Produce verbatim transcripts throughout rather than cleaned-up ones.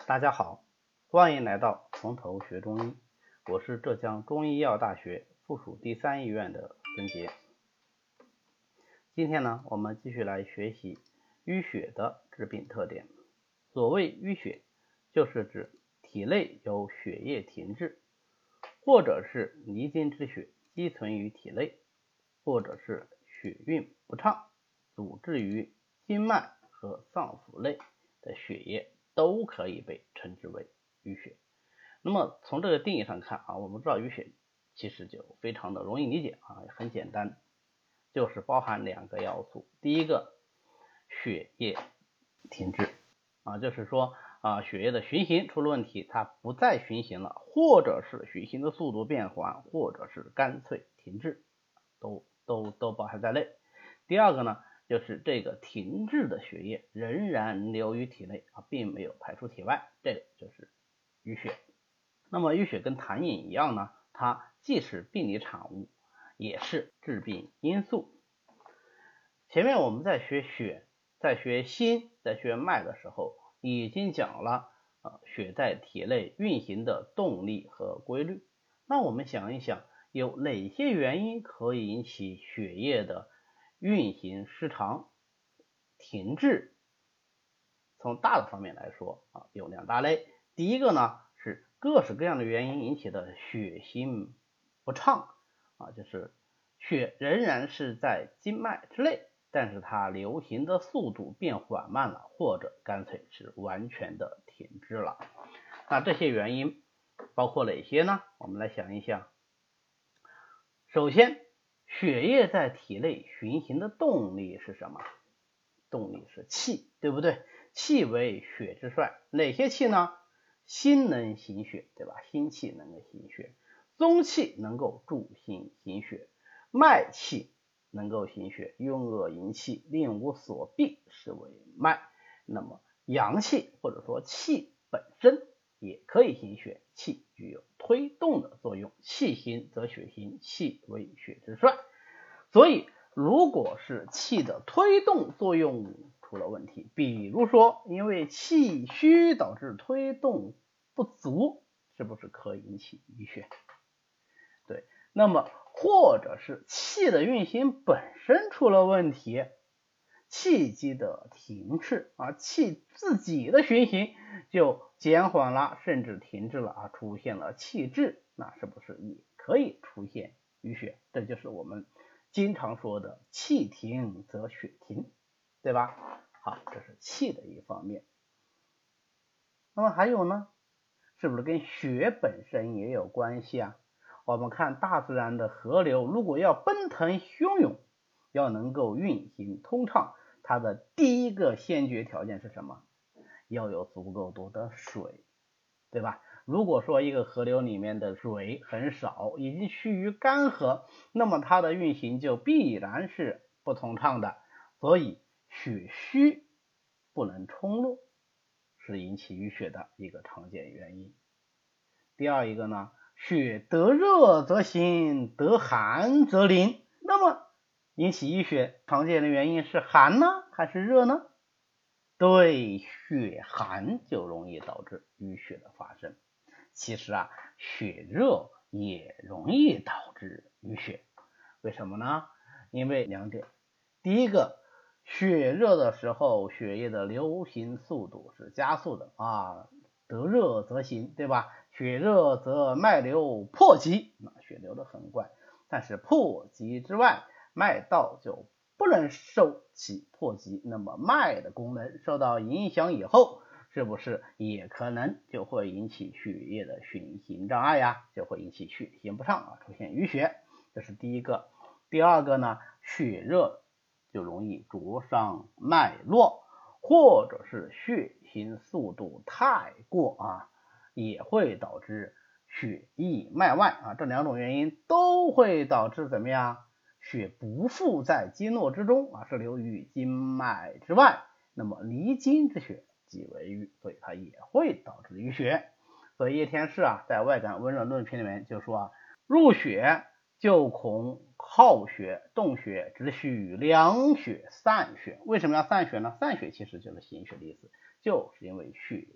大家好，欢迎来到从头学中医，我是浙江中医药大学附属第三医院的孙杰。今天呢，我们继续来学习淤血的致病特点。所谓淤血，就是指体内有血液停滞，或者是离经之血积存于体内，或者是血运不畅，阻滞于经脉和脏腑内的血液，都可以被称之为淤血。那么从这个定义上看啊，我们知道淤血其实就非常的容易理解啊，很简单，就是包含两个要素。第一个，血液停滞啊，就是说啊，血液的循行出了问题，它不再循行了，或者是循行的速度变缓，或者是干脆停滞，都都都包含在内。第二个呢，就是这个停滞的血液仍然流于体内啊，并没有排出体外，这个就是淤血。那么淤血跟痰饮一样呢，它既是病理产物，也是致病因素。前面我们在学血、在学心、在学脉的时候，已经讲了呃血在体内运行的动力和规律。那我们想一想，有哪些原因可以引起血液的运行失常、停滞？从大的方面来说啊，有两大类。第一个呢，是各式各样的原因引起的血行不畅啊，就是血仍然是在经脉之内，但是它流行的速度变缓慢了，或者干脆是完全的停滞了。那这些原因包括哪些呢？我们来想一想。首先，血液在体内循行的动力是什么？动力是气，对不对？气为血之帅，哪些气呢？心能行血，对吧？心气能够行血，宗气能够助心行血，脉气能够行血，运恶营气，令无所闭，是为脉。那么阳气或者说气本身也可以行血，气具有推动的作用，气行则血行，气为血之帅。所以如果是气的推动作用出了问题，比如说因为气虚导致推动不足，是不是可以引起淤血？对，那么或者是气的运行本身出了问题，气机的停滞啊，气自己的循行就减缓了，甚至停滞了啊，出现了气滞，那是不是也可以出现淤血？这就是我们经常说的气停则血停，对吧？好，这是气的一方面。那么还有呢，是不是跟血本身也有关系啊？我们看大自然的河流，如果要奔腾汹涌，要能够运行通畅，它的第一个先决条件是什么？要有足够多的水，对吧？如果说一个河流里面的水很少，已经趋于干涸，那么它的运行就必然是不通畅的。所以血虚不能冲络，是引起淤血的一个常见原因。第二一个呢，血得热则行，得寒则淋。那么引起淤血常见的原因是寒呢，还是热呢？对，血寒就容易导致淤血的发生。其实啊，血热也容易导致淤血。为什么呢？因为两点。第一个，血热的时候，血液的流行速度是加速的啊，得热则行，对吧？血热则脉流迫急，那血流的很快，但是迫急之外，脉道就不能受其迫急，那么脉的功能受到影响以后，是不是也可能就会引起血液的循行障碍呀？就会引起血行不畅啊，出现淤血。这是第一个。第二个呢，血热就容易灼伤脉络，或者是血行速度太过啊，也会导致血溢脉外啊，这两种原因都会导致怎么样？血不附在经络之中啊，是流于经脉之外，那么离经之血即为瘀，所以它也会导致淤血。所以叶天士啊，在外感温热论篇里面就说啊，入血就恐耗血、动血，只需凉血散血。为什么要散血呢？散血其实就是行血的意思，就是因为血热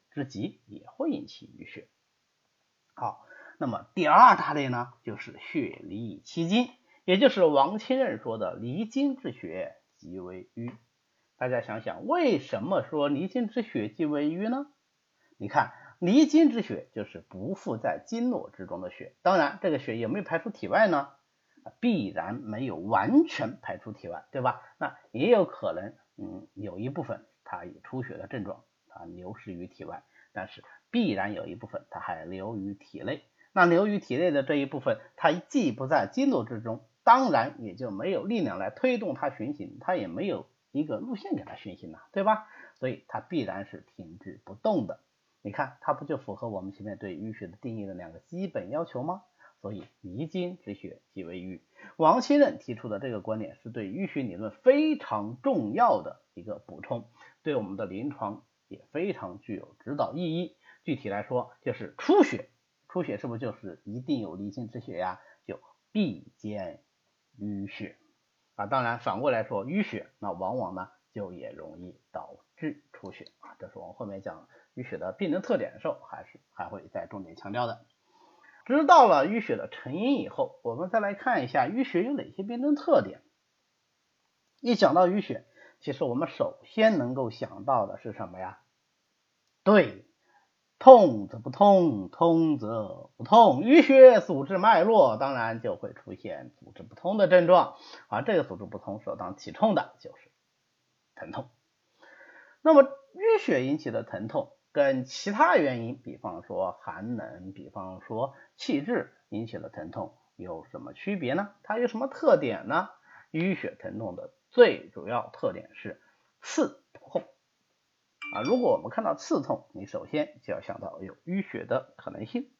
之急也会引起淤血。好，那么第二大类呢，就是血离其筋，也就是王清任说的离筋之血即为瘀。大家想想，为什么说离筋之血即为瘀呢？你看，离筋之血就是不附在经络之中的血，当然这个血有没有排出体外呢？必然没有完全排出体外，对吧？那也有可能嗯，有一部分它有出血的症状，它流失于体外，但是必然有一部分它还留于体内。那留于体内的这一部分，它既不在经络之中，当然也就没有力量来推动它循行，它也没有一个路线给它循行了，对吧？所以它必然是停滞不动的。你看，它不就符合我们前面对淤血的定义的两个基本要求吗？所以离筋之血即为瘀。王清任提出的这个观点是对淤血理论非常重要的一个补充，对我们的临床也非常具有指导意义。具体来说，就是出血，出血是不是就是一定有离筋之血呀？就必见淤血啊。当然反过来说，淤血那往往呢就也容易导致出血啊。这是我们后面讲淤血的病人特点的时候，还是还会再重点强调的。知道了淤血的成因以后，我们再来看一下淤血有哪些病症特点。一讲到淤血，其实我们首先能够想到的是什么呀？对，痛则不通，通则不痛。淤血阻滞脉络，当然就会出现阻滞不通的症状，而这个阻滞不通首当其冲的就是疼痛。那么淤血引起的疼痛跟其他原因，比方说寒冷，比方说气滞引起的疼痛有什么区别呢？它有什么特点呢？淤血疼痛的最主要特点是刺痛啊。如果我们看到刺痛，你首先就要想到有淤血的可能性。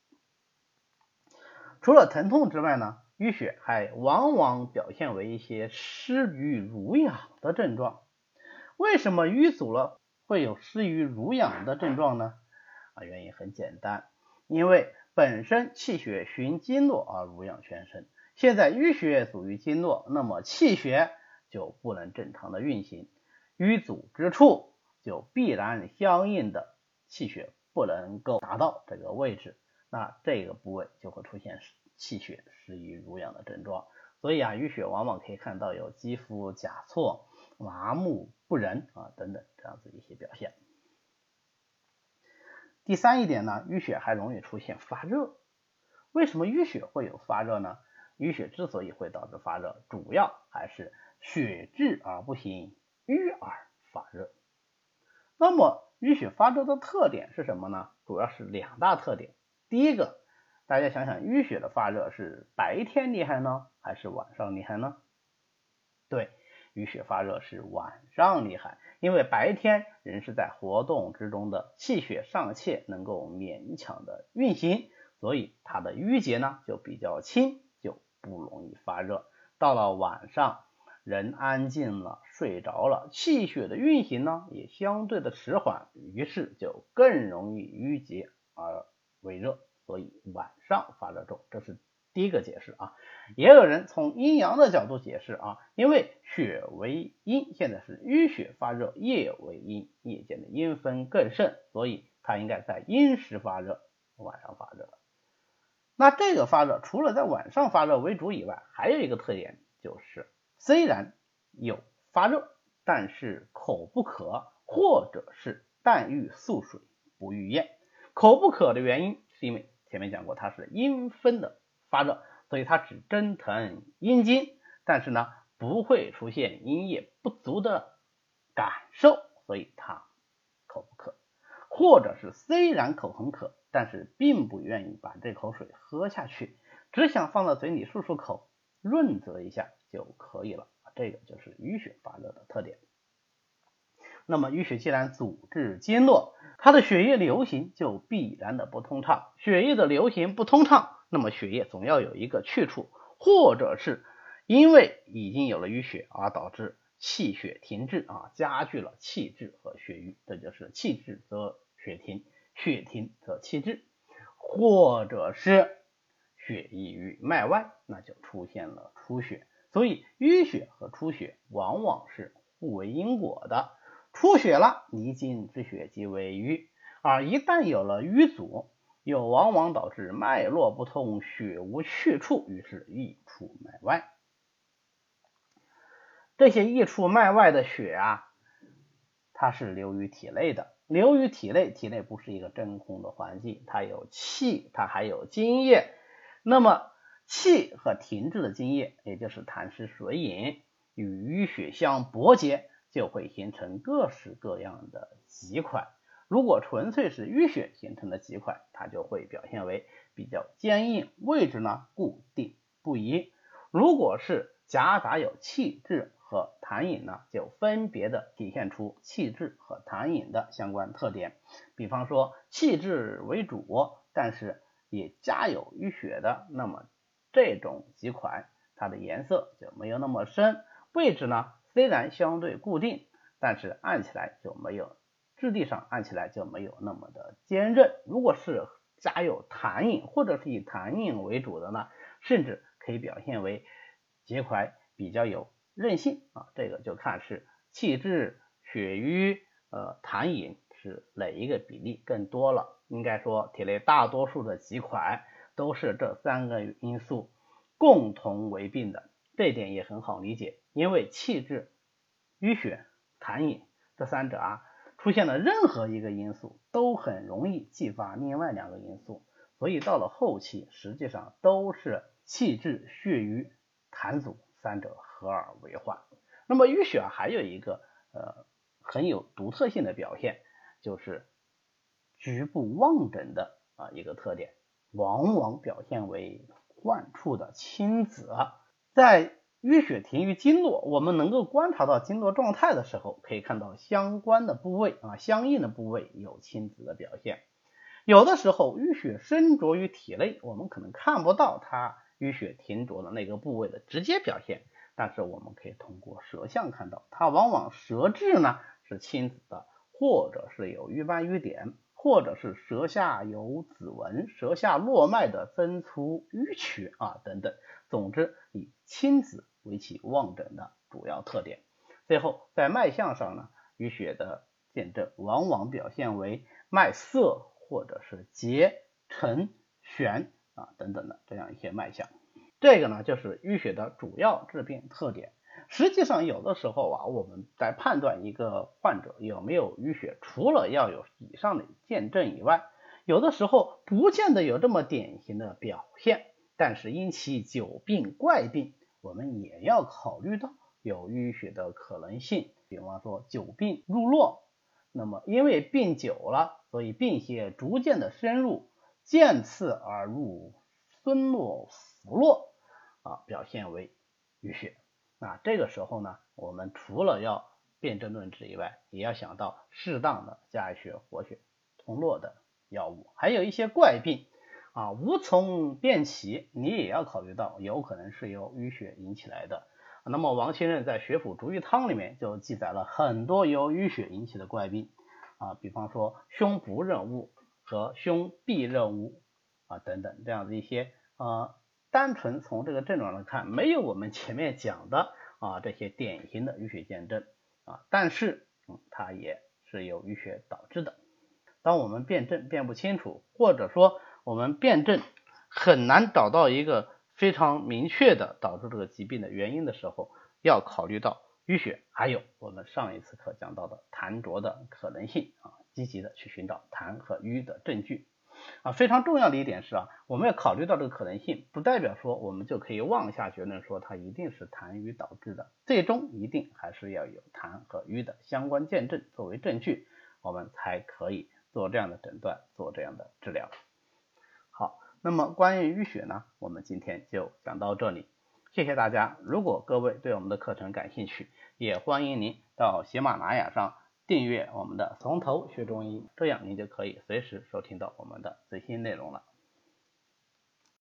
除了疼痛之外呢，淤血还往往表现为一些失于濡养的症状。为什么淤阻了会有失于濡养的症状呢？啊，原因很简单，因为本身气血循经络而濡养全身，现在淤血阻于经络，那么气血就不能正常的运行，淤阻之处就必然相应的气血不能够达到这个位置，那这个部位就会出现气血失于濡养的症状。所以啊，淤血往往可以看到有肌肤甲错、麻木不仁啊等等这样子一些表现。第三一点呢，淤血还容易出现发热。为什么淤血会有发热呢？淤血之所以会导致发热，主要还是血滞而不行，瘀而发热。那么淤血发热的特点是什么呢？主要是两大特点。第一个，大家想想，淤血的发热是白天厉害呢，还是晚上厉害呢？对，淤血发热是晚上厉害，因为白天人是在活动之中的，气血尚且能够勉强的运行，所以它的淤结呢就比较轻，就不容易发热。到了晚上，人安静了，睡着了，气血的运行呢也相对的迟缓，于是就更容易淤结而为热，所以晚上发热重，这是第一个解释啊。也有人从阴阳的角度解释啊，因为血为阴，现在是淤血发热，夜为阴，夜间的阴分更盛，所以它应该在阴时发热，晚上发热。那这个发热除了在晚上发热为主以外，还有一个特点就是虽然有发热，但是口不渴，或者是但欲宿水不欲咽。口不渴的原因是因为前面讲过它是阴分的发热，所以它只蒸腾阴经，但是呢不会出现阴液不足的感受，所以它口不渴。或者是虽然口很渴，但是并不愿意把这口水喝下去，只想放到嘴里漱漱口，润泽一下就可以了，这个就是淤血发热的特点。那么淤血既然阻滞经络，它的血液流行就必然的不通畅，血液的流行不通畅，那么血液总要有一个去处，或者是因为已经有了淤血而导致气血停滞啊，加剧了气滞和血瘀，这就是气滞则血停，血停则气滞，或者是血溢于脉外，那就出现了出血。所以淤血和出血往往是互为因果的，出血了，离筋之血即为瘀， 而一旦有了瘀阻，又往往导致脉络不通，血无去处，于是溢出脉外。这些溢出脉外的血啊，它是流于体内的，流于体内，体内不是一个真空的环境，它有气，它还有津液。那么气和停滞的津液，也就是痰湿水饮，与淤血相搏结，就会形成各式各样的积块。如果纯粹是淤血形成的积块，它就会表现为比较坚硬，位置呢固定不移。如果是夹杂有气滞和痰饮呢，就分别的体现出气滞和痰饮的相关特点。比方说气滞为主，但是也夹有淤血的，那么这种积块它的颜色就没有那么深，位置呢虽然相对固定，但是按起来就没有质地上按起来就没有那么的坚韧。如果是夹有痰饮或者是以痰饮为主的呢，甚至可以表现为结块比较有韧性啊，这个就看是气滞、血瘀、呃痰饮是哪一个比例更多了。应该说体内大多数的积块都是这三个因素共同为病的，这一点也很好理解，因为气滞、淤血、痰饮这三者啊，出现了任何一个因素都很容易激发另外两个因素，所以到了后期实际上都是气滞、血瘀、痰阻三者合而为患。那么淤血还有一个呃很有独特性的表现，就是局部望诊的啊一个特点，往往表现为患处的青紫。在淤血停于经络，我们能够观察到经络状态的时候，可以看到相关的部位啊相应的部位有青紫的表现。有的时候淤血深着于体内，我们可能看不到它淤血停着的那个部位的直接表现，但是我们可以通过舌象看到，它往往舌质呢是青紫的，或者是有瘀斑瘀点，或者是舌下有紫纹，舌下络脉的分粗淤曲啊等等。总之以青紫为其望诊的主要特点。最后在脉象上呢，淤血的见证往往表现为脉涩或者是结、沉、悬啊等等的这样一些脉象。这个呢就是淤血的主要致病特点。实际上有的时候啊，我们在判断一个患者有没有淤血，除了要有以上的见证以外，有的时候不见得有这么典型的表现，但是因其久病怪病，我们也要考虑到有淤血的可能性。比方说久病入络，那么因为病久了，所以病邪逐渐的深入，渐次而入孙络浮络啊，表现为淤血。那这个时候呢，我们除了要辨证论治以外，也要想到适当的加血活血通络的药物。还有一些怪病啊，无从辨起，你也要考虑到有可能是由淤血引起来的。那么王清任在《血府逐瘀汤》里面就记载了很多由淤血引起的怪病啊，比方说胸不任物和胸痹任物啊等等这样的一些呃单纯从这个症状来看，没有我们前面讲的啊这些典型的淤血见证啊，但是嗯它也是由淤血导致的。当我们辨证辨不清楚，或者说我们辨证很难找到一个非常明确的导致这个疾病的原因的时候，要考虑到淤血，还有我们上一次课讲到的痰浊的可能性啊，积极的去寻找痰和瘀的证据啊。非常重要的一点是啊，我们要考虑到这个可能性，不代表说我们就可以妄下结论说它一定是痰瘀导致的，最终一定还是要有痰和瘀的相关见证作为证据，我们才可以做这样的诊断，做这样的治疗。好，那么关于淤血呢，我们今天就讲到这里，谢谢大家。如果各位对我们的课程感兴趣，也欢迎您到喜马拉雅上订阅我们的从头学中医，这样您就可以随时收听到我们的最新内容了。